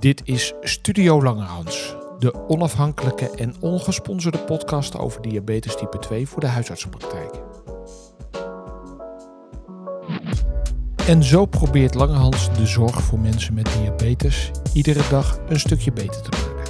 Dit is Studio Langerhans, de onafhankelijke en ongesponsorde podcast over diabetes type 2 voor de huisartsenpraktijk. En zo probeert Langerhans de zorg voor mensen met diabetes iedere dag een stukje beter te maken.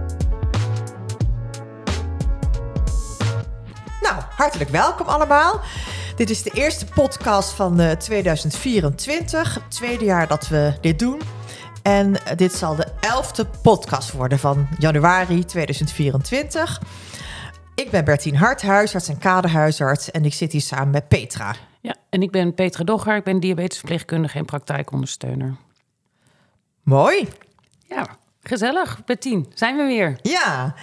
Nou, hartelijk welkom allemaal. Dit is de eerste podcast van 2024, het tweede jaar dat we dit doen. En dit zal de 11e podcast worden van januari 2024. Ik ben Bertien Hart, huisarts en kaderhuisarts en ik zit hier samen met Petra. Ja, en ik ben Petra Dogger, ik ben diabetesverpleegkundige en praktijkondersteuner. Mooi. Ja, gezellig. Bertien, zijn we weer. Ja.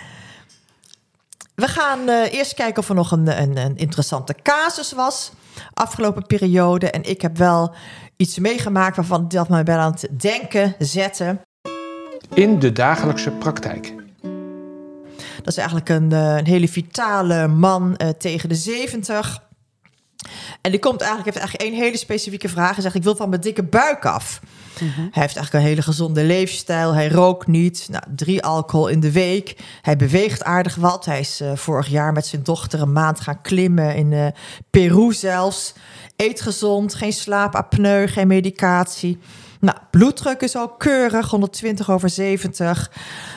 We gaan eerst kijken of er nog een interessante casus was afgelopen periode. En ik heb wel iets meegemaakt waarvan dat mij wel aan het denken zette. In de dagelijkse praktijk. Dat is eigenlijk een hele vitale man tegen de 70. En die heeft eigenlijk één hele specifieke vraag. Hij zegt, ik wil van mijn dikke buik af. Mm-hmm. Hij heeft eigenlijk een hele gezonde leefstijl. Hij rookt niet. 3 alcohol in de week. Hij beweegt aardig wat. Hij is vorig jaar met zijn dochter een maand gaan klimmen. In Peru zelfs. Eet gezond. Geen slaapapneu. Geen medicatie. Bloeddruk is ook keurig. 120/70.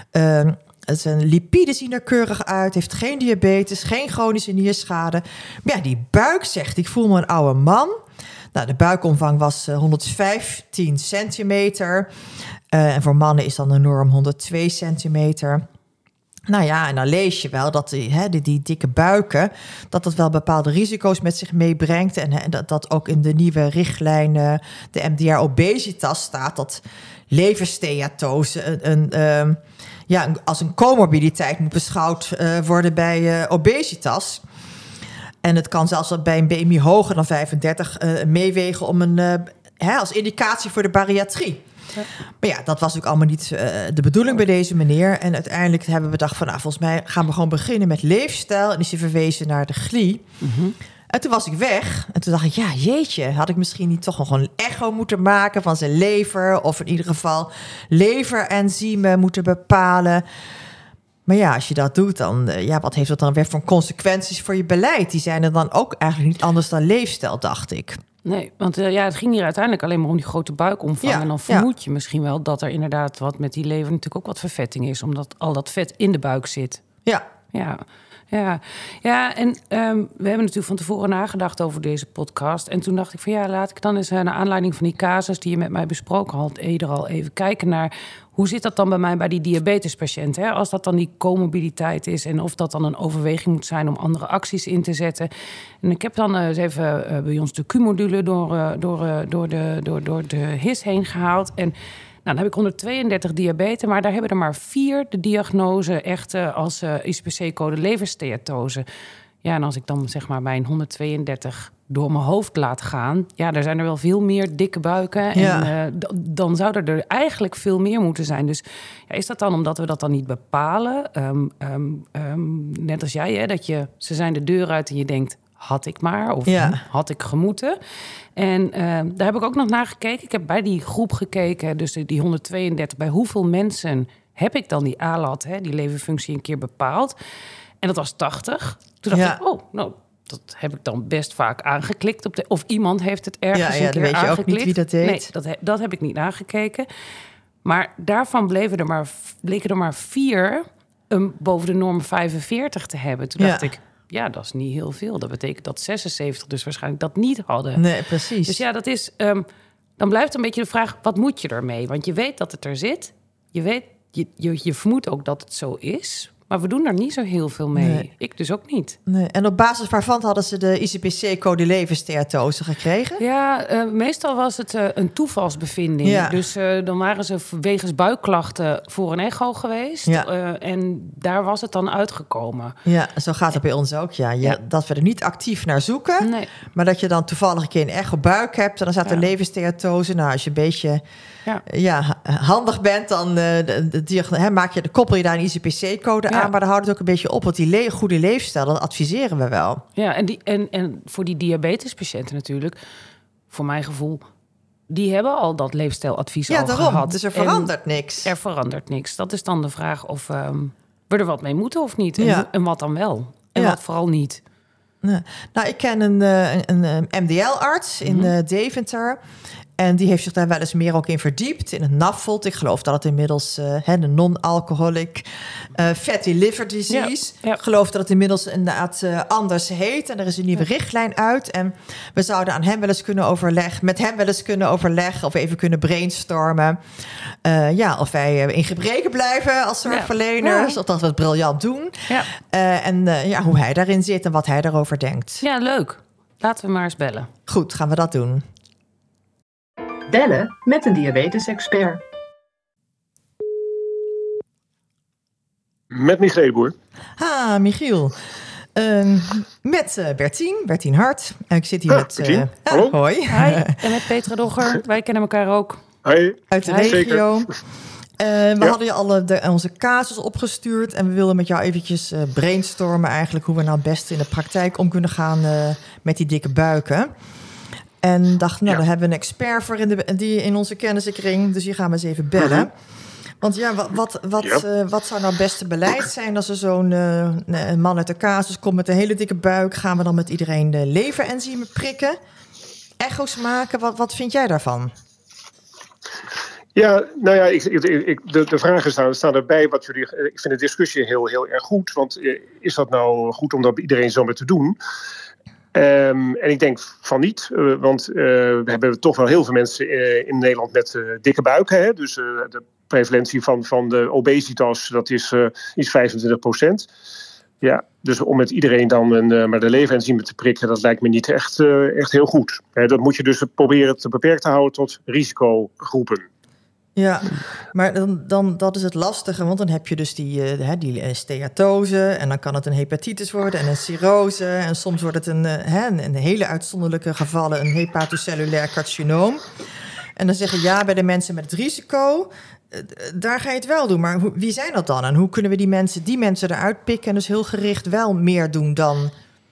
Zijn lipiden zien er keurig uit. Heeft geen diabetes. Geen chronische nierschade. Maar ja, die buik zegt, ik voel me een oude man. De buikomvang was 115 centimeter. En voor mannen is dan de norm 102 centimeter. Nou ja, en dan lees je wel dat die dikke buiken, dat wel bepaalde risico's met zich meebrengt. En dat ook in de nieuwe richtlijn, de MDR obesitas, staat dat leversteatose als een comorbiditeit moet beschouwd worden bij obesitas. En het kan zelfs bij een BMI hoger dan 35 meewegen om als indicatie voor de bariatrie. Ja. Maar ja, dat was ook allemaal niet de bedoeling bij deze meneer. En uiteindelijk hebben we bedacht van, volgens mij gaan we gewoon beginnen met leefstijl. En is hij verwezen naar de GLI. Mm-hmm. En toen was ik weg. En toen dacht ik, ja, jeetje, had ik misschien niet toch nog een echo moeten maken van zijn lever? Of in ieder geval leverenzymen moeten bepalen. Maar ja, als je dat doet, dan wat heeft dat dan weer voor consequenties voor je beleid? Die zijn er dan ook eigenlijk niet anders dan leefstijl, dacht ik. Nee, want het ging hier uiteindelijk alleen maar om die grote buikomvang. Ja, en dan vermoed je misschien wel dat er inderdaad wat met die lever natuurlijk ook wat vervetting is. Omdat al dat vet in de buik zit. Ja. Ja, en we hebben natuurlijk van tevoren nagedacht over deze podcast. En toen dacht ik van laat ik dan eens naar aanleiding van die casus die je met mij besproken had, eerder al even kijken naar hoe zit dat dan bij mij bij die diabetespatiënt? Hè? Als dat dan die comorbiditeit is en of dat dan een overweging moet zijn om andere acties in te zetten. En ik heb dan eens even bij ons de Q-module door de HIS heen gehaald. En dan heb ik 132 diabetes, maar daar hebben er maar 4 de diagnose echt als ISPC-code leversteatose. Ja, en als ik dan zeg maar bij een 132 door mijn hoofd laat gaan, daar zijn er wel veel meer dikke buiken. Ja. En dan zou er eigenlijk veel meer moeten zijn. Dus is dat dan omdat we dat dan niet bepalen? Net als jij, dat ze zijn de deur uit en je denkt, had ik maar, of had ik gemoeten. En daar heb ik ook nog naar gekeken. Ik heb bij die groep gekeken, dus die 132... bij hoeveel mensen heb ik dan die ALAT, die leverfunctie, een keer bepaald. En dat was 80. Toen dacht ik, dat heb ik dan best vaak aangeklikt. Of iemand heeft het ergens een keer aangeklikt. Dan weet je ook niet wie dat deed. Nee, dat heb ik niet nagekeken. Maar daarvan bleken er maar 4 boven de norm 45 te hebben. Toen dacht ik, dat is niet heel veel. Dat betekent dat 76 dus waarschijnlijk dat niet hadden. Nee, precies. Dus dat is... dan blijft een beetje de vraag, wat moet je ermee? Want je weet dat het er zit. Je weet, je vermoedt ook dat het zo is. Maar we doen er niet zo heel veel mee. Nee. Ik dus ook niet. Nee. En op basis waarvan hadden ze de ISPC-code leversteatose gekregen? Ja, meestal was het een toevalsbevinding. Ja. Dus dan waren ze wegens buikklachten voor een echo geweest. Ja. En daar was het dan uitgekomen. Ja, zo gaat het bij ons ook. Dat we er niet actief naar zoeken. Nee. Maar dat je dan toevallig een keer een echo buik hebt. En dan staat er leversteatose. Nou, als je een beetje handig bent, dan koppel je daar een ISPC-code aan. Maar dan houdt het ook een beetje op. Want die goede leefstijl, dat adviseren we wel. Ja, en voor die diabetespatiënten natuurlijk, voor mijn gevoel, die hebben al dat leefstijladvies al daarom. gehad. Dus er verandert niks. Er verandert niks. Dat is dan de vraag of we er wat mee moeten of niet. En wat dan wel. En wat vooral niet. Nou, ik ken een MDL-arts in Deventer. En die heeft zich daar wel eens meer ook in verdiept. In het NAFLD. Ik geloof dat het inmiddels de non-alcoholic fatty liver disease. Ja. Ik geloof dat het inmiddels inderdaad anders heet. En er is een nieuwe richtlijn uit. En we zouden aan hem wel eens kunnen overleggen. Met hem wel eens kunnen overleggen. Of even kunnen brainstormen. Of wij in gebreken blijven als zorgverleners. Of dat we het briljant doen. Ja. Hoe hij daarin zit en wat hij daarover denkt. Ja, leuk. Laten we maar eens bellen. Goed, gaan we dat doen. Bellen met een diabetes-expert. Met Michiel Edeboer. Michiel. Met Bertien Hart. Ik zit hier met... Hallo. Hoi. Hi, en met Petra Dogger. Wij kennen elkaar ook. Hi. Uit de regio. We hadden je al onze casus opgestuurd. En we wilden met jou eventjes brainstormen eigenlijk... hoe we nou het beste in de praktijk om kunnen gaan met die dikke buiken. En dacht, daar hebben we een expert voor die in onze kennissenkring. Dus hier gaan we eens even bellen. Want wat zou nou het beste beleid zijn... als er zo'n man uit de casus komt met een hele dikke buik... gaan we dan met iedereen de leverenzymen prikken? Echo's maken? Wat vind jij daarvan? Ja, nou ja, de vragen staan erbij. Ik vind de discussie heel, heel erg goed. Want is dat nou goed om dat bij iedereen zomaar te doen... En ik denk van niet, want we hebben toch wel heel veel mensen in Nederland met dikke buiken. Hè? Dus de prevalentie van de obesitas, dat is 25%. Ja, dus om met iedereen dan maar de leverenzymen te prikken, dat lijkt me niet echt heel goed. Dat moet je dus proberen te beperkt te houden tot risicogroepen. Ja, maar dan dat is het lastige, want dan heb je dus die steatose... en dan kan het een hepatitis worden en een cirrose... en soms wordt het een hele uitzonderlijke gevallen... een hepatocellulair carcinoom. En dan zeggen bij de mensen met het risico... daar ga je het wel doen, maar wie zijn dat dan? En hoe kunnen we die mensen eruit pikken... en dus heel gericht wel meer doen dan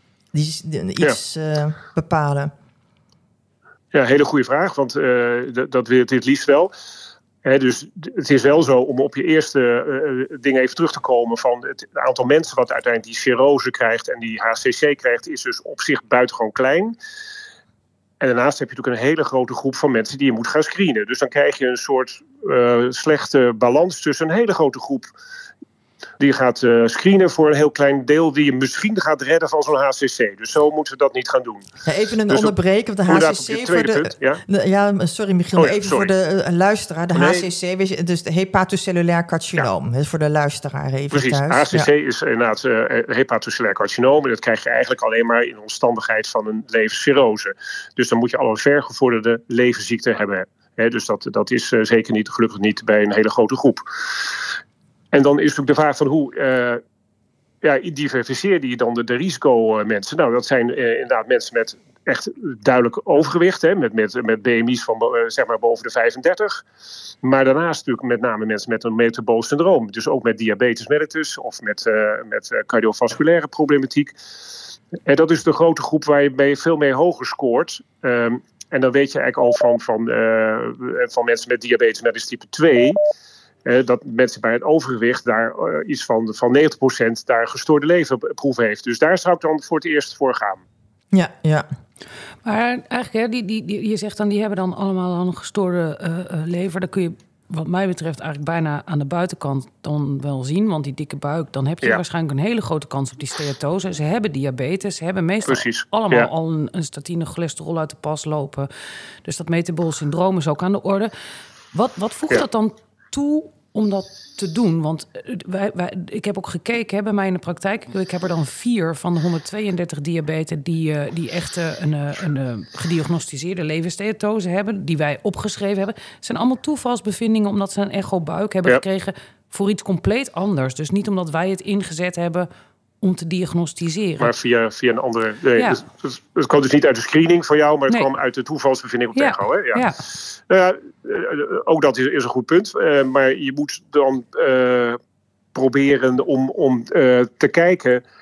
iets bepalen? Ja, hele goede vraag, want dat wil het liefst wel... dus het is wel zo om op je eerste ding even terug te komen... van het aantal mensen wat uiteindelijk die cirrose krijgt... en die HCC krijgt, is dus op zich buitengewoon klein. En daarnaast heb je natuurlijk een hele grote groep van mensen... die je moet gaan screenen. Dus dan krijg je een soort slechte balans tussen een hele grote groep... die je gaat screenen voor een heel klein deel... die je misschien gaat redden van zo'n HCC. Dus zo moeten we dat niet gaan doen. Ja, even een onderbreken, want de HCC... sorry Michiel, voor de luisteraar. De HCC, dus de hepatocellulair carcinoom. Ja. Voor de luisteraar even precies, thuis. HCC is inderdaad hepatocellulair carcinoom... en dat krijg je eigenlijk alleen maar in omstandigheid van een levercirrose. Dus dan moet je al een vergevorderde leverziekte hebben. Dus dat is zeker niet, gelukkig niet, bij een hele grote groep. En dan is natuurlijk de vraag van hoe identificeer je dan de risicomensen? Nou, dat zijn inderdaad mensen met echt duidelijk overgewicht, met BMI's van zeg maar boven de 35. Maar daarnaast natuurlijk met name mensen met een metabool syndroom. Dus ook met diabetes mellitus of met cardiovasculaire problematiek. En dat is de grote groep waar je mee veel meer hoger scoort. En dan weet je eigenlijk al van mensen met diabetes mellitus type 2... dat mensen bij het overgewicht daar iets van 90% daar gestoorde leverproef heeft. Dus daar zou ik dan voor het eerst voor gaan. Ja. Maar eigenlijk, je zegt dan, die hebben dan allemaal een gestoorde lever. Dan kun je, wat mij betreft, eigenlijk bijna aan de buitenkant dan wel zien. Want die dikke buik, dan heb je waarschijnlijk een hele grote kans op die steatose. Ze hebben diabetes, ze hebben meestal allemaal al een statine cholesterol uit de pas lopen. Dus dat metabool syndroom is ook aan de orde. Wat voegt dat dan toe om dat te doen? Want ik heb ook gekeken bij mij in de praktijk. Ik heb er dan 4 van de 132 diabeten die echt een gediagnosticeerde leversteatose hebben, die wij opgeschreven hebben. Het zijn allemaal toevalsbevindingen omdat ze een echobuik hebben gekregen voor iets compleet anders. Dus niet omdat wij het ingezet hebben om te diagnosticeren. Maar via een andere... Nee, het kwam dus niet uit de screening voor jou, maar het kwam uit de toevalsbevinding op de echo. Hè? Ja. Nou ja, ook dat is een goed punt. Maar je moet dan proberen om te kijken...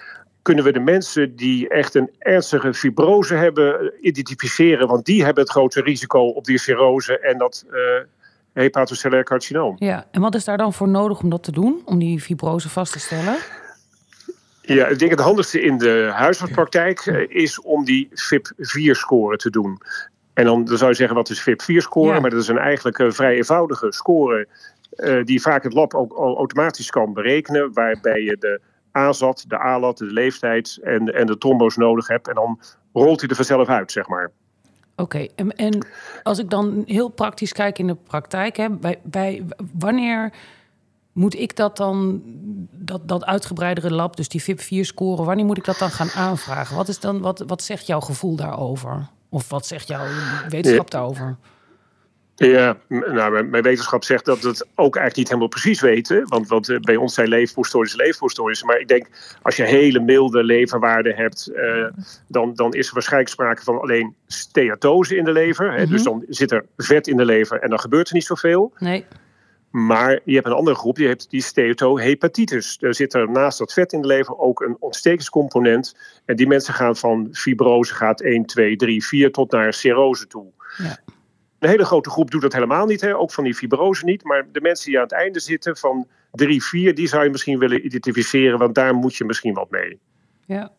kunnen we de mensen die echt een ernstige fibrose hebben identificeren. Want die hebben het grote risico op die cirrose en dat hepatocellair carcinoom. Ja, en wat is daar dan voor nodig om dat te doen? Om die fibrose vast te stellen? Ja, ik denk het handigste in de huisartspraktijk is om die FIB-4-score te doen. En dan zou je zeggen, wat is FIB-4-score? Ja. Maar dat is eigenlijk een vrij eenvoudige score die vaak het lab ook automatisch kan berekenen. Waarbij je de AZAT, de ALAT, de leeftijd en de trombo's nodig hebt. En dan rolt hij er vanzelf uit, zeg maar. Oké, en als ik dan heel praktisch kijk in de praktijk, hè, wanneer moet ik dat dan, dat uitgebreidere lab, dus die FIB-4-score, wanneer moet ik dat dan gaan aanvragen? Wat zegt jouw gevoel daarover? Of wat zegt jouw wetenschap daarover? Ja, nou, mijn wetenschap zegt dat we het ook eigenlijk niet helemaal precies weten. Want bij ons zijn leefpoorstoornissen. Maar ik denk, als je hele milde leverwaarden hebt, dan is er waarschijnlijk sprake van alleen steatose in de lever. Hè? Dus dan zit er vet in de lever en dan gebeurt er niet zoveel. Nee. Maar je hebt een andere groep, die heeft die steatohepatitis. Er zit er naast dat vet in de lever ook een ontstekingscomponent. En die mensen gaan van fibrose, gaat 1, 2, 3, 4 tot naar cirrose toe. Ja. Een hele grote groep doet dat helemaal niet, hè? Ook van die fibrose niet. Maar de mensen die aan het einde zitten van 3, 4, die zou je misschien willen identificeren, want daar moet je misschien wat mee. Ja.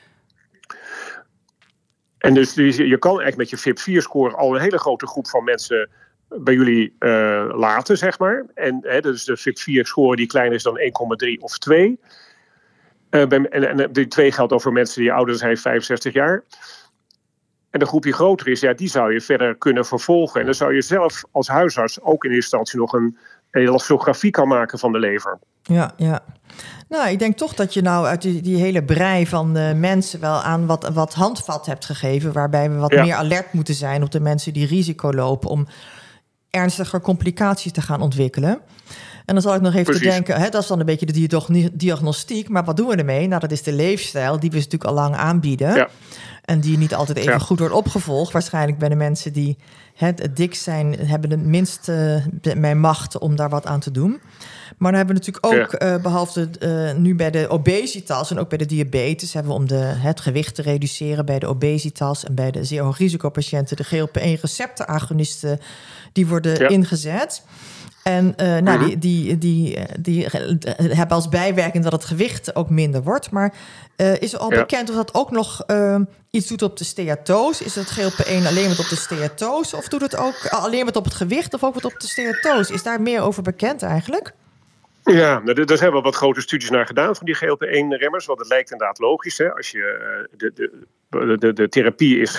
En dus je kan eigenlijk met je FIB-4-score al een hele grote groep van mensen bij jullie laten, zeg maar. En dus de FIB-4-score die kleiner is dan 1,3 of 2. En die 2 geldt over mensen die ouder zijn 65 jaar. En de groep die groter is, ja, die zou je verder kunnen vervolgen. En dan zou je zelf als huisarts ook in eerste instantie nog een elastografie kan maken van de lever. Ja. Nou, ik denk toch dat je nou uit die hele brei van mensen wel aan wat handvat hebt gegeven, waarbij we wat meer alert moeten zijn op de mensen die risico lopen om ernstiger complicaties te gaan ontwikkelen. En dan zal ik nog even te denken, dat is dan een beetje de diagnostiek, maar wat doen we ermee? Nou, dat is de leefstijl die we natuurlijk al lang aanbieden. Ja. En die niet altijd even goed wordt opgevolgd. Waarschijnlijk bij de mensen die het dik zijn, hebben de minste mijn macht om daar wat aan te doen. Maar dan hebben we natuurlijk ook, behalve nu bij de obesitas en ook bij de diabetes, hebben we om het gewicht te reduceren bij de obesitas en bij de zeer hoog risicopatiënten de GLP-1-receptoragonisten die worden ingezet. En die hebben als bijwerking dat het gewicht ook minder wordt. Maar is er al bekend of dat ook nog iets doet op de steatose? Is het GLP-1 alleen wat op de steatose? Of doet het ook alleen wat op het gewicht of ook wat op de steatose? Is daar meer over bekend eigenlijk? Ja, er zijn wel wat grote studies naar gedaan van die GLP-1-remmers. Want het lijkt inderdaad logisch. Hè? Als je de therapie is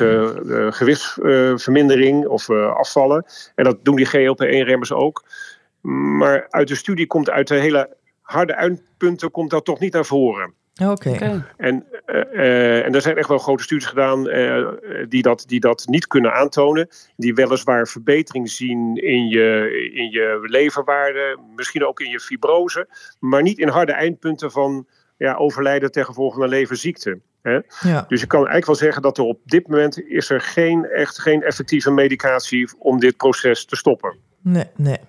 gewichtsvermindering of afvallen. En dat doen die GLP-1-remmers ook. Maar uit de studie komt uit de hele harde uitpunten komt dat toch niet naar voren. Oké. En er zijn echt wel grote studies gedaan die dat niet kunnen aantonen. Die weliswaar verbetering zien in je leverwaarde, misschien ook in je fibrose, maar niet in harde eindpunten van overlijden ten gevolge van een leverziekte. Hè? Ja. Dus je kan eigenlijk wel zeggen dat er op dit moment is er geen effectieve medicatie om dit proces te stoppen. Nee.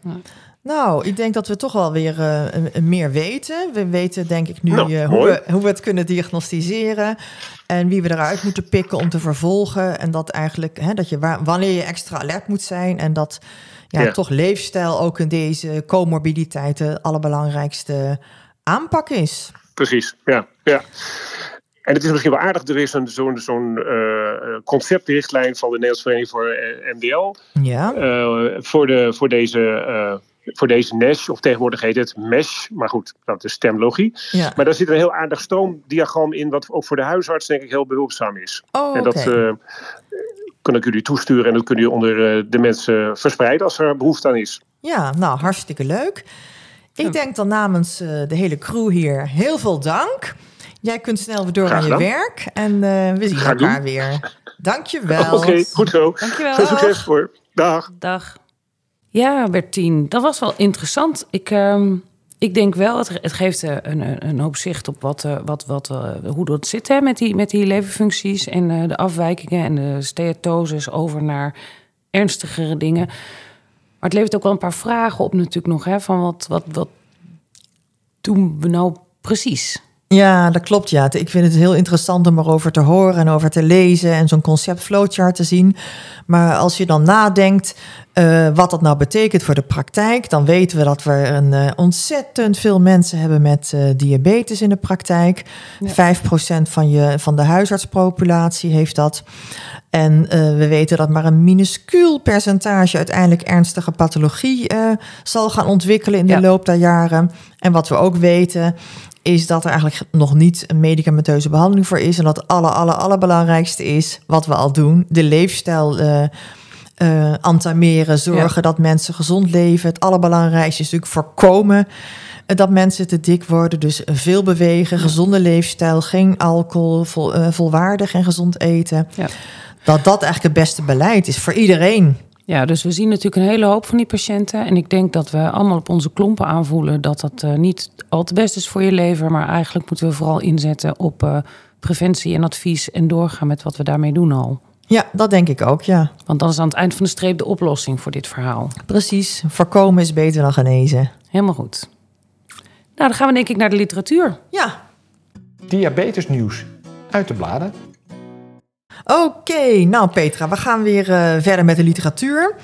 Nou, ik denk dat we toch wel weer meer weten. We weten denk ik nu hoe we het kunnen diagnosticeren en wie we eruit moeten pikken om te vervolgen. En dat eigenlijk, dat je wanneer je extra alert moet zijn en dat toch leefstijl ook in deze comorbiditeiten het allerbelangrijkste aanpak is. Precies, ja. En het is misschien wel aardig, er is zo'n conceptrichtlijn van de Nederlandse Vereniging voor MDL. Ja. Voor deze NASH, of tegenwoordig heet het MESH, maar goed, dat is terminologie. Ja. Maar daar zit een heel aardig stroomdiagram in, wat ook voor de huisarts denk ik heel behulpzaam is. Oh, en dat kan ik jullie toesturen en dat kunnen jullie onder de mensen verspreiden als er behoefte aan is. Ja, nou, hartstikke leuk. Ik denk dan namens de hele crew hier heel veel dank. Jij kunt snel weer door aan je werk en we zien elkaar weer. Dank je wel. Oké, goed zo. Dank je wel. Veel succes voor. Dag. Ja, Bertien, dat was wel interessant. Ik denk wel, het geeft een hoop zicht op hoe dat zit hè, met die leverfuncties en de afwijkingen en de steatoses over naar ernstigere dingen. Maar het levert ook wel een paar vragen op natuurlijk nog. Hè, van wat doen we nou precies? Ja, dat klopt. Ja. Ik vind het heel interessant om erover te horen en over te lezen en zo'n concept flowchart te zien. Maar als je dan nadenkt wat dat nou betekent voor de praktijk, dan weten we dat we ontzettend veel mensen hebben met diabetes in de praktijk. Ja. 5% van de huisartspopulatie heeft dat. En we weten dat maar een minuscuul percentage uiteindelijk ernstige pathologie zal gaan ontwikkelen in de loop der jaren. En wat we ook weten is dat er eigenlijk nog niet een medicamenteuze behandeling voor is. En dat het allerbelangrijkste is wat we al doen. De leefstijl entameren, zorgen dat mensen gezond leven. Het allerbelangrijkste is natuurlijk voorkomen dat mensen te dik worden. Dus veel bewegen, gezonde leefstijl, geen alcohol, volwaardig en gezond eten. Ja. Dat eigenlijk het beste beleid is voor iedereen. Ja, dus we zien natuurlijk een hele hoop van die patiënten. En ik denk dat we allemaal op onze klompen aanvoelen dat dat niet al te best is voor je lever. Maar eigenlijk moeten we vooral inzetten op preventie en advies en doorgaan met wat we daarmee doen al. Ja, dat denk ik ook, ja. Want dat is aan het eind van de streep de oplossing voor dit verhaal. Precies, voorkomen is beter dan genezen. Helemaal goed. Nou, dan gaan we denk ik naar de literatuur. Ja. Diabetesnieuws uit de bladen. Oké, nou Petra, we gaan weer verder met de literatuur.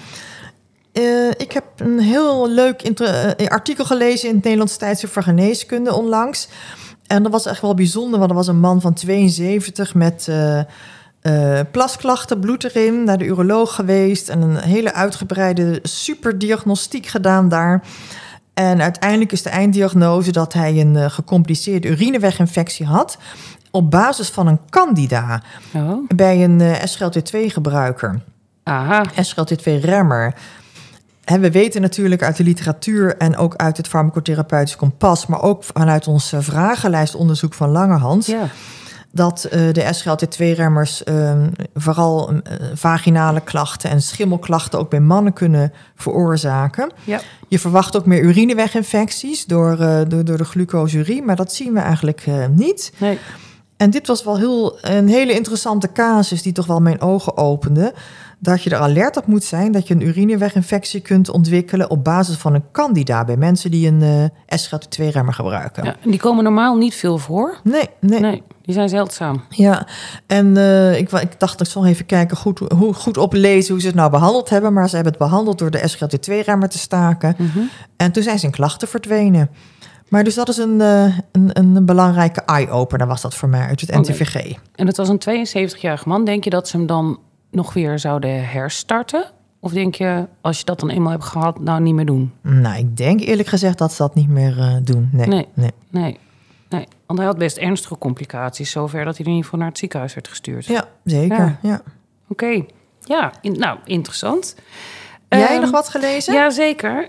Ik heb een heel leuk artikel gelezen in het Nederlands Tijdschrift voor Geneeskunde onlangs. En dat was echt wel bijzonder, want er was een man van 72 met plasklachten, bloed erin, naar de uroloog geweest en een hele uitgebreide superdiagnostiek gedaan daar. En uiteindelijk is de einddiagnose dat hij een gecompliceerde urineweginfectie had op basis van een candida bij een SGLT2-gebruiker. Aha. SGLT2-remmer. En we weten natuurlijk uit de literatuur en ook uit het farmacotherapeutisch kompas, maar ook vanuit ons vragenlijstonderzoek van Langerhans, dat de SGLT2-remmers vooral vaginale klachten en schimmelklachten ook bij mannen kunnen veroorzaken. Ja. Je verwacht ook meer urineweginfecties door de glucoseurie, maar dat zien we eigenlijk niet. Nee. En dit was wel een hele interessante casus die toch wel mijn ogen opende. Dat je er alert op moet zijn dat je een urineweginfectie kunt ontwikkelen op basis van een candida bij mensen die een SGLT2-remmer gebruiken. Ja, en die komen normaal niet veel voor? Nee, die zijn zeldzaam. Ja, en ik dacht, ik zal even kijken goed oplezen hoe ze het nou behandeld hebben. Maar ze hebben het behandeld door de SGLT2-remmer te staken. Mm-hmm. En toen zijn zijn klachten verdwenen. Maar dus dat is een belangrijke eye-opener was dat voor mij uit het NTVG. Okay. En het was een 72-jarige man. Denk je dat ze hem dan nog weer zouden herstarten? Of denk je, als je dat dan eenmaal hebt gehad, nou niet meer doen? Nou, ik denk eerlijk gezegd dat ze dat niet meer doen. Nee. Want hij had best ernstige complicaties, zover dat hij in ieder geval naar het ziekenhuis werd gestuurd. Ja, zeker. Ja. Oké. Ja, interessant. Jij nog wat gelezen? Ja, zeker.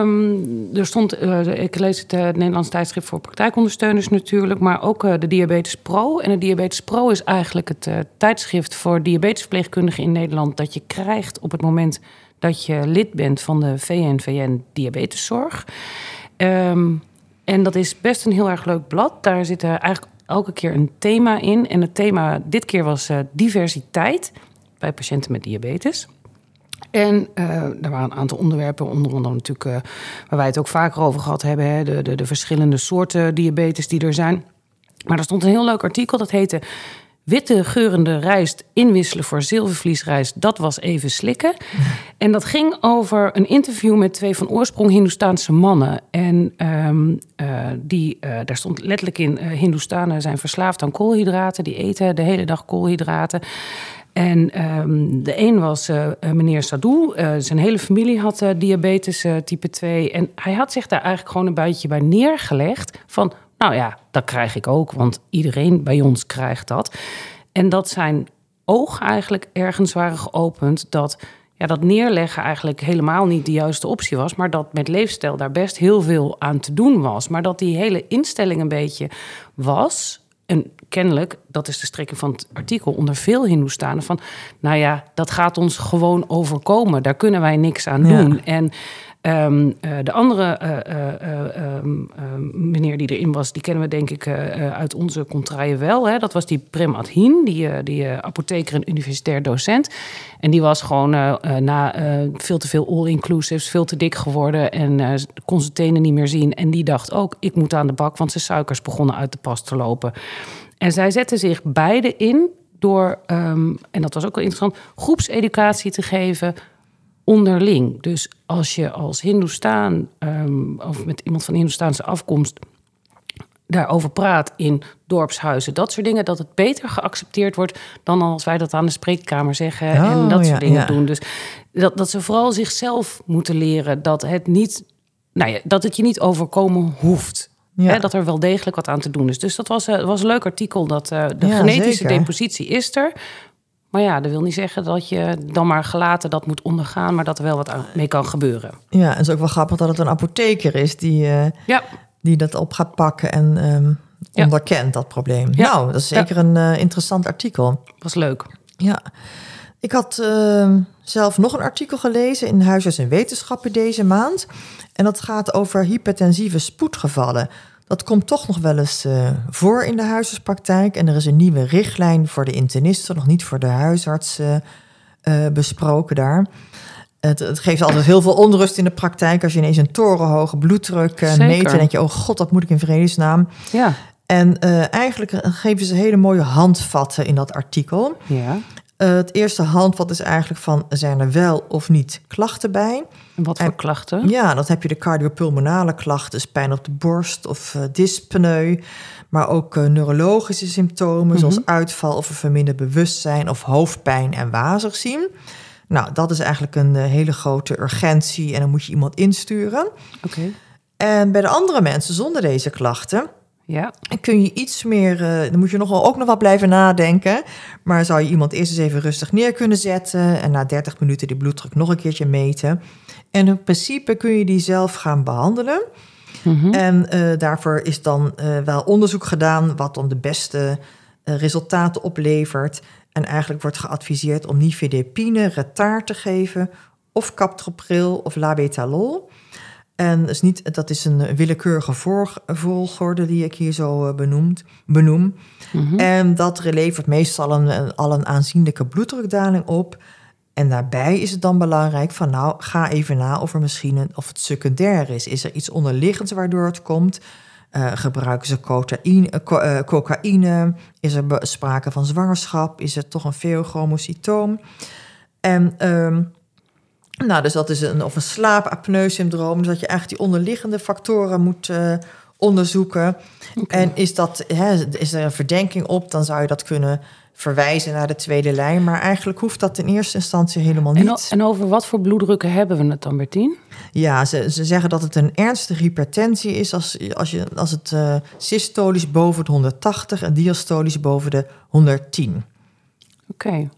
Er stond, ik lees het Nederlands Tijdschrift voor Praktijkondersteuners natuurlijk, maar ook de Diabetes Pro. En de Diabetes Pro is eigenlijk het tijdschrift voor diabetesverpleegkundigen in Nederland dat je krijgt op het moment dat je lid bent van de VNVN Diabeteszorg. En dat is best een heel erg leuk blad. Daar zit eigenlijk elke keer een thema in. En het thema dit keer was diversiteit bij patiënten met diabetes. En er waren een aantal onderwerpen, onder andere natuurlijk waar wij het ook vaker over gehad hebben, hè, de verschillende soorten diabetes die er zijn. Maar er stond een heel leuk artikel, dat heette Witte geurende rijst inwisselen voor zilvervliesrijst, dat was even slikken. En dat ging over een interview met 2 van oorsprong Hindoestaanse mannen. En daar stond letterlijk in, Hindoestanen zijn verslaafd aan koolhydraten, die eten de hele dag koolhydraten. En de een was meneer Sadou. Zijn hele familie had diabetes type 2. En hij had zich daar eigenlijk gewoon een beetje bij neergelegd van, nou ja, dat krijg ik ook, want iedereen bij ons krijgt dat. En dat zijn ogen eigenlijk ergens waren geopend dat neerleggen eigenlijk helemaal niet de juiste optie was, maar dat met leefstijl daar best heel veel aan te doen was. Maar dat die hele instelling een beetje was. En kennelijk, dat is de strekking van het artikel, onder veel Hindoestanen van, nou ja, dat gaat ons gewoon overkomen. Daar kunnen wij niks aan doen. En De andere meneer die erin was, die kennen we denk ik uit onze contraien wel. Hè? Dat was die Prem Adhien, die apotheker en universitair docent. En die was gewoon na veel te veel all-inclusives, veel te dik geworden en kon zijn tenen niet meer zien. En die dacht ook, ik moet aan de bak, want zijn suikers begonnen uit de pas te lopen. En zij zetten zich beide in door, en dat was ook wel interessant, groepseducatie te geven onderling. Dus als je als Hindoestaan of met iemand van Hindoestaanse afkomst daarover praat in dorpshuizen, dat soort dingen, dat het beter geaccepteerd wordt dan als wij dat aan de spreekkamer zeggen en dat soort dingen doen. Dus dat ze vooral zichzelf moeten leren dat dat het je niet overkomen hoeft. Ja. Hè, dat er wel degelijk wat aan te doen is. Dus dat was een leuk artikel. Dat de genetische depositie is er. Maar ja, dat wil niet zeggen dat je dan maar gelaten dat moet ondergaan, maar dat er wel wat mee kan gebeuren. Ja, en het is ook wel grappig dat het een apotheker is die dat op gaat pakken en onderkent, dat probleem. Ja. Nou, dat is zeker een interessant artikel. Was leuk. Ja. Ik had zelf nog een artikel gelezen in Huisarts en Wetenschappen deze maand. En dat gaat over hypertensieve spoedgevallen. Dat komt toch nog wel eens voor in de huisartspraktijk. En er is een nieuwe richtlijn voor de internisten, nog niet voor de huisarts besproken daar. Het geeft altijd heel veel onrust in de praktijk als je ineens een torenhoge bloeddruk meet. En denk je, oh god, dat moet ik in vredesnaam. Ja. En eigenlijk geven ze hele mooie handvatten in dat artikel. Ja. Het eerste handvat is eigenlijk van, zijn er wel of niet klachten bij? En wat voor klachten? Ja, dan heb je de cardiopulmonale klachten, dus pijn op de borst of dyspneu. Maar ook neurologische symptomen, zoals uitval of een verminderd bewustzijn of hoofdpijn en wazigzien. Nou, dat is eigenlijk een hele grote urgentie en dan moet je iemand insturen. Oké. En bij de andere mensen zonder deze klachten kun je iets meer, dan moet je ook nog wat blijven nadenken. Maar zou je iemand eerst eens even rustig neer kunnen zetten en na 30 minuten die bloeddruk nog een keertje meten. En in principe kun je die zelf gaan behandelen. En daarvoor is dan wel onderzoek gedaan wat dan de beste resultaten oplevert. En eigenlijk wordt geadviseerd om nifedipine, retard te geven, of captopril of labetalol. En dat is een willekeurige volgorde die ik hier zo benoem. En dat levert meestal al een aanzienlijke bloeddrukdaling op. En daarbij is het dan belangrijk van, ga even na of er misschien of het secundair is. Is er iets onderliggends waardoor het komt? Gebruiken ze cocaïne? Is er sprake van zwangerschap? Is het toch een feochromocytoom? En dus dat is een slaapapneu-syndroom. Dus dat je eigenlijk die onderliggende factoren moet onderzoeken. Okay. En is er een verdenking op, dan zou je dat kunnen verwijzen naar de tweede lijn. Maar eigenlijk hoeft dat in eerste instantie helemaal niet. En over wat voor bloeddrukken hebben we het dan, Bertien? Ja, ze zeggen dat het een ernstige hypertensie is als het systolisch boven de 180 en diastolisch boven de 110. Oké.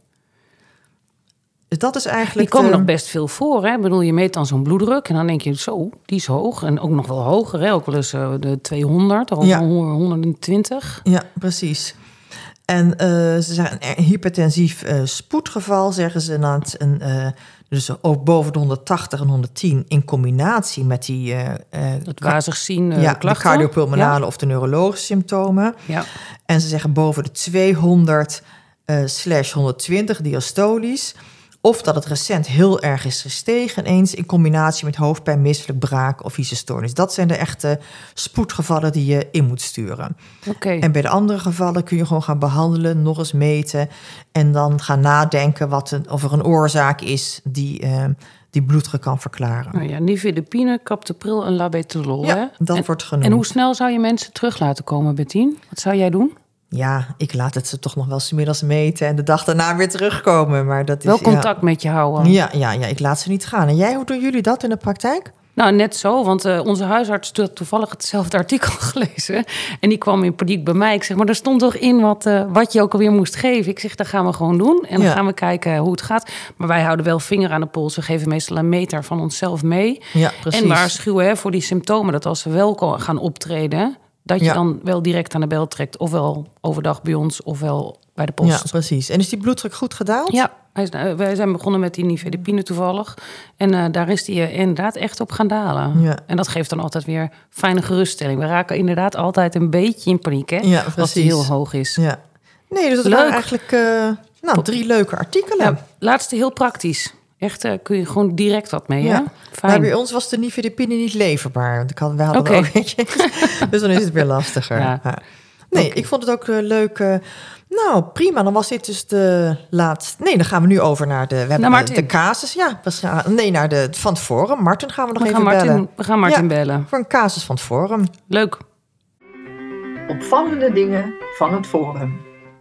Dus dat is eigenlijk. Die komen nog best veel voor, hè? Ik bedoel, je meet dan zo'n bloeddruk en dan denk je, zo, die is hoog. En ook nog wel hoger, hè? Ook wel eens de 200 of 120. Ja, precies. En ze zeggen een hypertensief spoedgeval, zeggen ze, dus ook boven de 180 en 110 in combinatie met die het wazigzien klachten. De cardiopulmonale of de neurologische symptomen. Ja. En ze zeggen boven de 200/120 diastolisch. Of dat het recent heel erg is gestegen ineens in combinatie met hoofdpijn, misselijk, braak of visusstoornis. Dat zijn de echte spoedgevallen die je in moet sturen. Okay. En bij de andere gevallen kun je gewoon gaan behandelen, nog eens meten en dan gaan nadenken of er een oorzaak is die bloeddruk kan verklaren. Nou ja, nifedipine, captopril en labetalol. Ja, hè? dat wordt genoemd. En hoe snel zou je mensen terug laten komen, Bertien? Wat zou jij doen? Ja, ik laat het ze toch nog wel 's middags meten en de dag daarna weer terugkomen. Maar dat is wel contact met je houden. Ja, ik laat ze niet gaan. En jij, hoe doen jullie dat in de praktijk? Nou, net zo, want onze huisarts had toevallig hetzelfde artikel gelezen. En die kwam in paniek bij mij. Ik zeg, maar er stond toch in wat je ook alweer moest geven? Ik zeg, dat gaan we gewoon doen. En dan gaan we kijken hoe het gaat. Maar wij houden wel vinger aan de pols. We geven meestal een meter van onszelf mee. Ja, precies. En waarschuwen voor die symptomen. Dat als we wel gaan optreden, dat je dan wel direct aan de bel trekt. Ofwel overdag bij ons, ofwel bij de post. Ja, precies. En is die bloeddruk goed gedaald? Ja. wij zijn begonnen met die nifedipine toevallig. En daar is hij inderdaad echt op gaan dalen. Ja. En dat geeft dan altijd weer fijne geruststelling. We raken inderdaad altijd een beetje in paniek, hè? Ja, als die heel hoog is. Ja. Nee, dus dat Leuk. waren eigenlijk 3 leuke artikelen. Ja, laatste heel praktisch. Echt, kun je gewoon direct wat mee, Ja. hè? Fijn. Maar bij ons was de nifedipine niet leverbaar. Want we hadden Oké. er ook eentje. Dus dan is het weer lastiger. Ja. Ja. Nee, ik vond het ook leuk. Nou, prima. Dan was dit dus de laatste. Nee, dan gaan we nu over naar Martin. de casus. Ja, naar van het forum. Martin gaan we nog even Martin, bellen. we gaan Martin Ja. bellen. Voor een casus van het forum. Leuk. Opvallende dingen van het forum.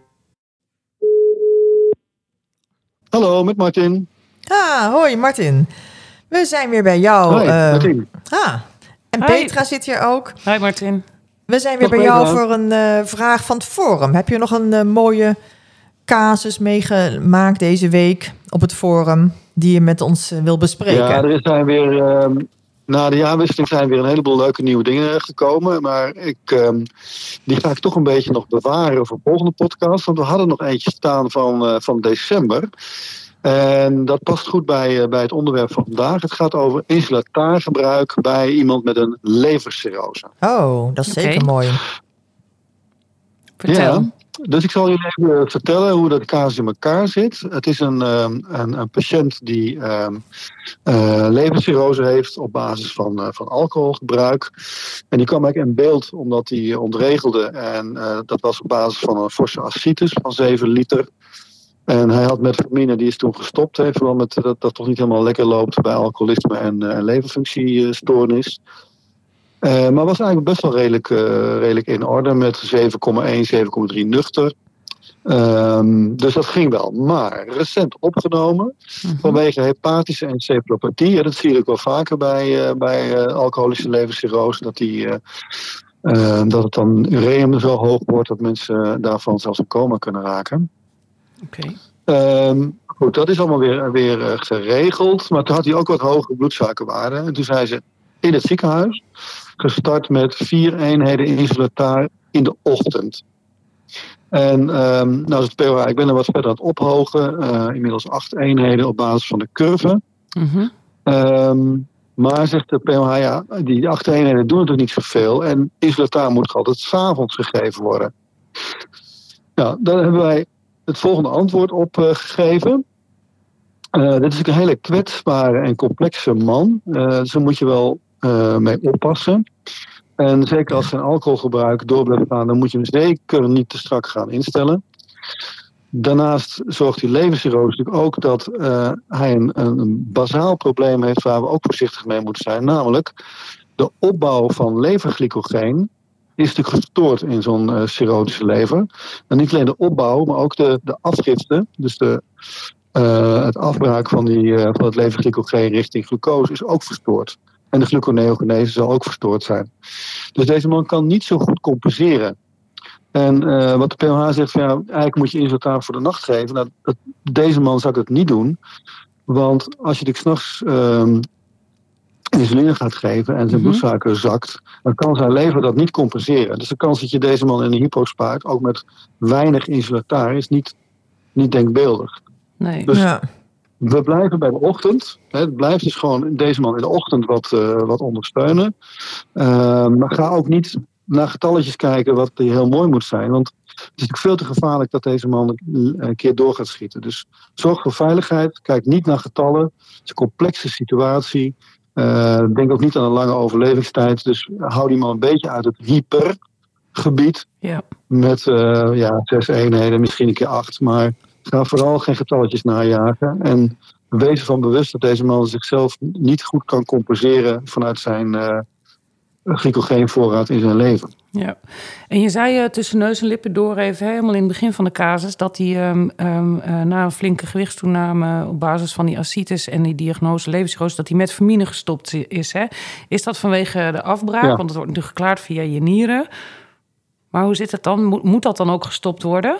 Hallo, met Martin. Hoi Martin. We zijn weer bij jou. Hoi, Martin. En Hi. Petra zit hier ook. Hi Martin. We zijn weer Dag, bij jou Petra. voor een vraag van het forum. Heb je nog een mooie casus meegemaakt deze week op het forum die je met ons wil bespreken? Ja, er zijn weer, na de jaarwisseling zijn weer een heleboel leuke nieuwe dingen gekomen. Maar die ga ik toch een beetje nog bewaren voor de volgende podcast. Want we hadden nog eentje staan van december. En dat past goed bij het onderwerp van vandaag. Het gaat over insulataargebruik bij iemand met een levercirrose. Oh, dat is Oké. zeker mooi. Vertel. Ja, dus ik zal jullie even vertellen hoe dat casus in elkaar zit. Het is een patiënt die levercirrose heeft op basis van alcoholgebruik. En die kwam eigenlijk in beeld omdat hij ontregelde. En dat was op basis van een forse ascites van 7 liter. En hij had metformine, die is toen gestopt. Heeft wel met dat toch niet helemaal lekker loopt bij alcoholisme en leverfunctiestoornis. Maar was eigenlijk best wel redelijk in orde met 7,1, 7,3 nuchter. Dus dat ging wel. Maar recent opgenomen vanwege hepatische encefalopathie. En dat zie je ook wel vaker bij alcoholische levercirrose. Dat het dan ureum zo hoog wordt dat mensen daarvan zelfs in coma kunnen raken. Oké. Goed, dat is allemaal weer geregeld. Maar toen had hij ook wat hogere bloedsuikerwaarden. En toen zijn ze in het ziekenhuis gestart met 4 eenheden insulataar in de ochtend. En nou is het POH, ik ben er wat verder aan het ophogen. Inmiddels 8 eenheden op basis van de curve. Maar zegt de POH, ja, die 8 eenheden doen natuurlijk niet zoveel. En insulataar moet altijd 's avonds gegeven worden. Nou, daar hebben wij het volgende antwoord op gegeven. Dit is een hele kwetsbare en complexe man. Dus daar moet je wel mee oppassen. En zeker als zijn alcoholgebruik door blijft gaan, dan moet je hem zeker niet te strak gaan instellen. Daarnaast zorgt die levercirrose natuurlijk ook dat hij een bazaal probleem heeft waar we ook voorzichtig mee moeten zijn. Namelijk de opbouw van leverglycogeen is natuurlijk gestoord in zo'n cirrotische lever. En niet alleen de opbouw, maar ook de afgifte. Dus het afbraak van het leverglycogeen richting glucose is ook verstoord. En de gluconeogenese zal ook verstoord zijn. Dus deze man kan niet zo goed compenseren. En wat de POH zegt, van, ja, eigenlijk moet je insulataar voor de nacht geven. Nou, deze man zou ik het niet doen. Want als je 's nachts insuline gaat geven en zijn bloedsuiker zakt, dan kan zijn lever dat niet compenseren. Dus de kans dat je deze man in een hypo spaart, ook met weinig insulataar, is niet denkbeeldig. Nee. Dus Ja. we blijven bij de ochtend. Het blijft dus gewoon deze man in de ochtend wat ondersteunen. Maar ga ook niet naar getalletjes kijken wat heel mooi moet zijn. Want het is natuurlijk veel te gevaarlijk dat deze man een keer door gaat schieten. Dus zorg voor veiligheid. Kijk niet naar getallen. Het is een complexe situatie. Denk ook niet aan een lange overlevingstijd. Dus hou die man een beetje uit het hypergebied. Ja. Met 6 eenheden, misschien een keer 8. Maar ga vooral geen getalletjes najagen. En wees ervan bewust dat deze man zichzelf niet goed kan compenseren vanuit zijn glycogeenvoorraad in zijn lever. Ja, en je zei tussen neus en lippen door even, helemaal in het begin van de casus, dat hij na een flinke gewichtstoename op basis van die ascites en die diagnose levercirrose, dat hij met metformine gestopt is. Hè? Is dat vanwege de afbraak? Ja. Want het wordt natuurlijk geklaard via je nieren. Maar hoe zit het dan? Moet dat dan ook gestopt worden?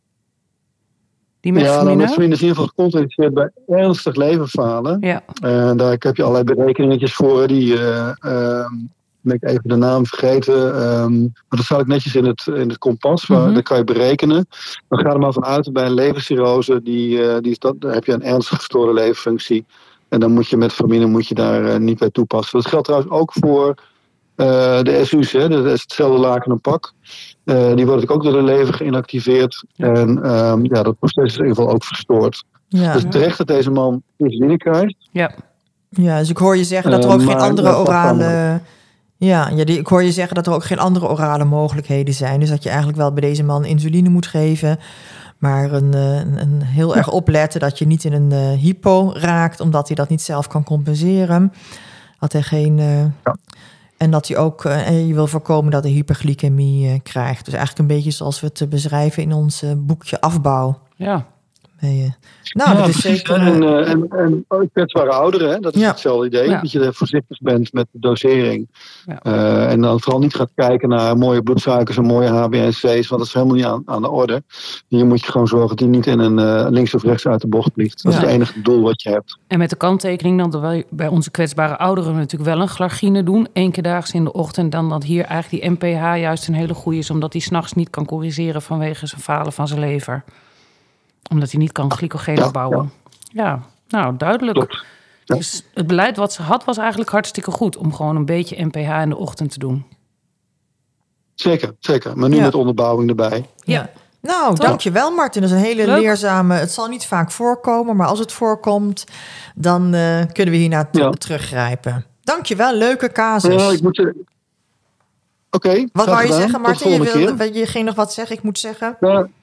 Die metformine? Ja, metformine is in ieder geval gecontroleerd bij ernstig leverfalen. Ja. Daar heb je allerlei berekeningetjes voor die ben ik even de naam vergeten. Maar dat staat ook netjes in het kompas. Dat kan je berekenen. Dan ga er maar vanuit bij een levercirrose. Daar heb je een ernstig verstoorde leverfunctie. En dan moet je met vitamine daar niet bij toepassen. Dat geldt trouwens ook voor de SU's. Hè? Dat is hetzelfde laken en pak. Die worden natuurlijk ook door de lever geïnactiveerd. En dat proces is in ieder geval ook verstoord. Ja. Dus terecht dat deze man insuline krijgt. Ja. Ja, dus ik hoor je zeggen dat er ook geen andere orale... ik hoor je zeggen dat er ook geen andere orale mogelijkheden zijn. Dus dat je eigenlijk wel bij deze man insuline moet geven. Maar een heel erg opletten dat je niet in een hypo raakt, omdat hij dat niet zelf kan compenseren. Dat hij geen... En dat hij ook... je wil voorkomen dat hij hyperglycemie krijgt. Dus eigenlijk een beetje zoals we het beschrijven in ons boekje Afbouw. Ja. Dat is zeker... En kwetsbare ouderen, hè? Dat is hetzelfde idee. Ja. Dat je er voorzichtig bent met de dosering. Ja. En dan vooral niet gaat kijken naar mooie bloedsuikers en mooie HbA1c's, want dat is helemaal niet aan de orde. Hier moet je gewoon zorgen dat hij niet in een links of rechts uit de bocht vliegt. Dat is het enige doel wat je hebt. En met de kanttekening dat wij bij onze kwetsbare ouderen natuurlijk wel een glargine doen. 1 keer daags in de ochtend. Dan dat hier eigenlijk die NPH juist een hele goede is, omdat hij 's nachts niet kan corrigeren vanwege zijn falen van zijn lever. Omdat hij niet kan glycogeen opbouwen. Ja, nou duidelijk. Ja. Dus het beleid wat ze had was eigenlijk hartstikke goed om gewoon een beetje NPH in de ochtend te doen. Zeker. Maar nu met onderbouwing erbij. Ja. Nou, dankjewel Martin. Dat is een hele leerzame... Het zal niet vaak voorkomen, maar als het voorkomt, dan kunnen we hiernaar teruggrijpen. Dankjewel, leuke casus. Ja, ik moet... Oké. Wat wou je zeggen, Martin? Je ging nog wat zeggen, ik moet zeggen.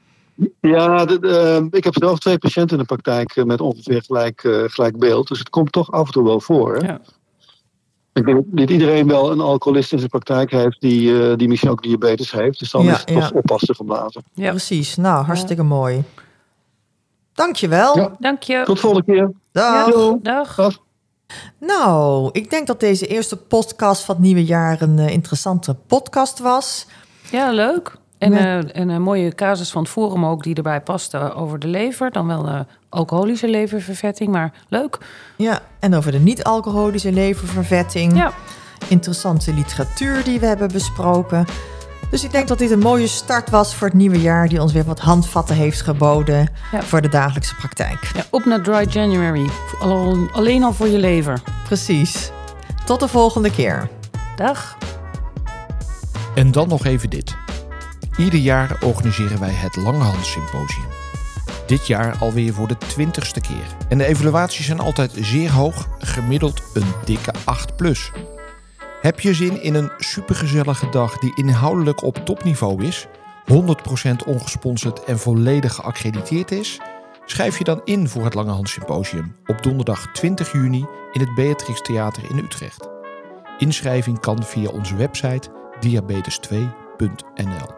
Ik heb zelf 2 patiënten in de praktijk met ongeveer gelijk beeld. Dus het komt toch af en toe wel voor. Hè? Ja. Ik denk dat iedereen wel een alcoholist in zijn praktijk heeft die misschien ook diabetes heeft. Dus dan is het toch oppassen geblazen. Ja, precies. Nou, hartstikke mooi. Dankjewel. Ja. Dank je. Tot de volgende keer. Dag. Dag. Nou, ik denk dat deze eerste podcast van het nieuwe jaar een interessante podcast was. Ja, leuk. En een mooie casus van het forum ook die erbij past over de lever. Dan wel alcoholische leververvetting, maar leuk. Ja, en over de niet-alcoholische leververvetting. Ja. Interessante literatuur die we hebben besproken. Dus ik denk dat dit een mooie start was voor het nieuwe jaar, die ons weer wat handvatten heeft geboden voor de dagelijkse praktijk. Ja, op naar Dry January. Alleen al voor je lever. Precies. Tot de volgende keer. Dag. En dan nog even dit. Ieder jaar organiseren wij het Langehans Symposium. Dit jaar alweer voor de 20ste keer. En de evaluaties zijn altijd zeer hoog, gemiddeld een dikke 8+. Heb je zin in een supergezellige dag die inhoudelijk op topniveau is, 100% ongesponsord en volledig geaccrediteerd is? Schrijf je dan in voor het Langehans Symposium op donderdag 20 juni in het Beatrix Theater in Utrecht. Inschrijving kan via onze website diabetes2.nl.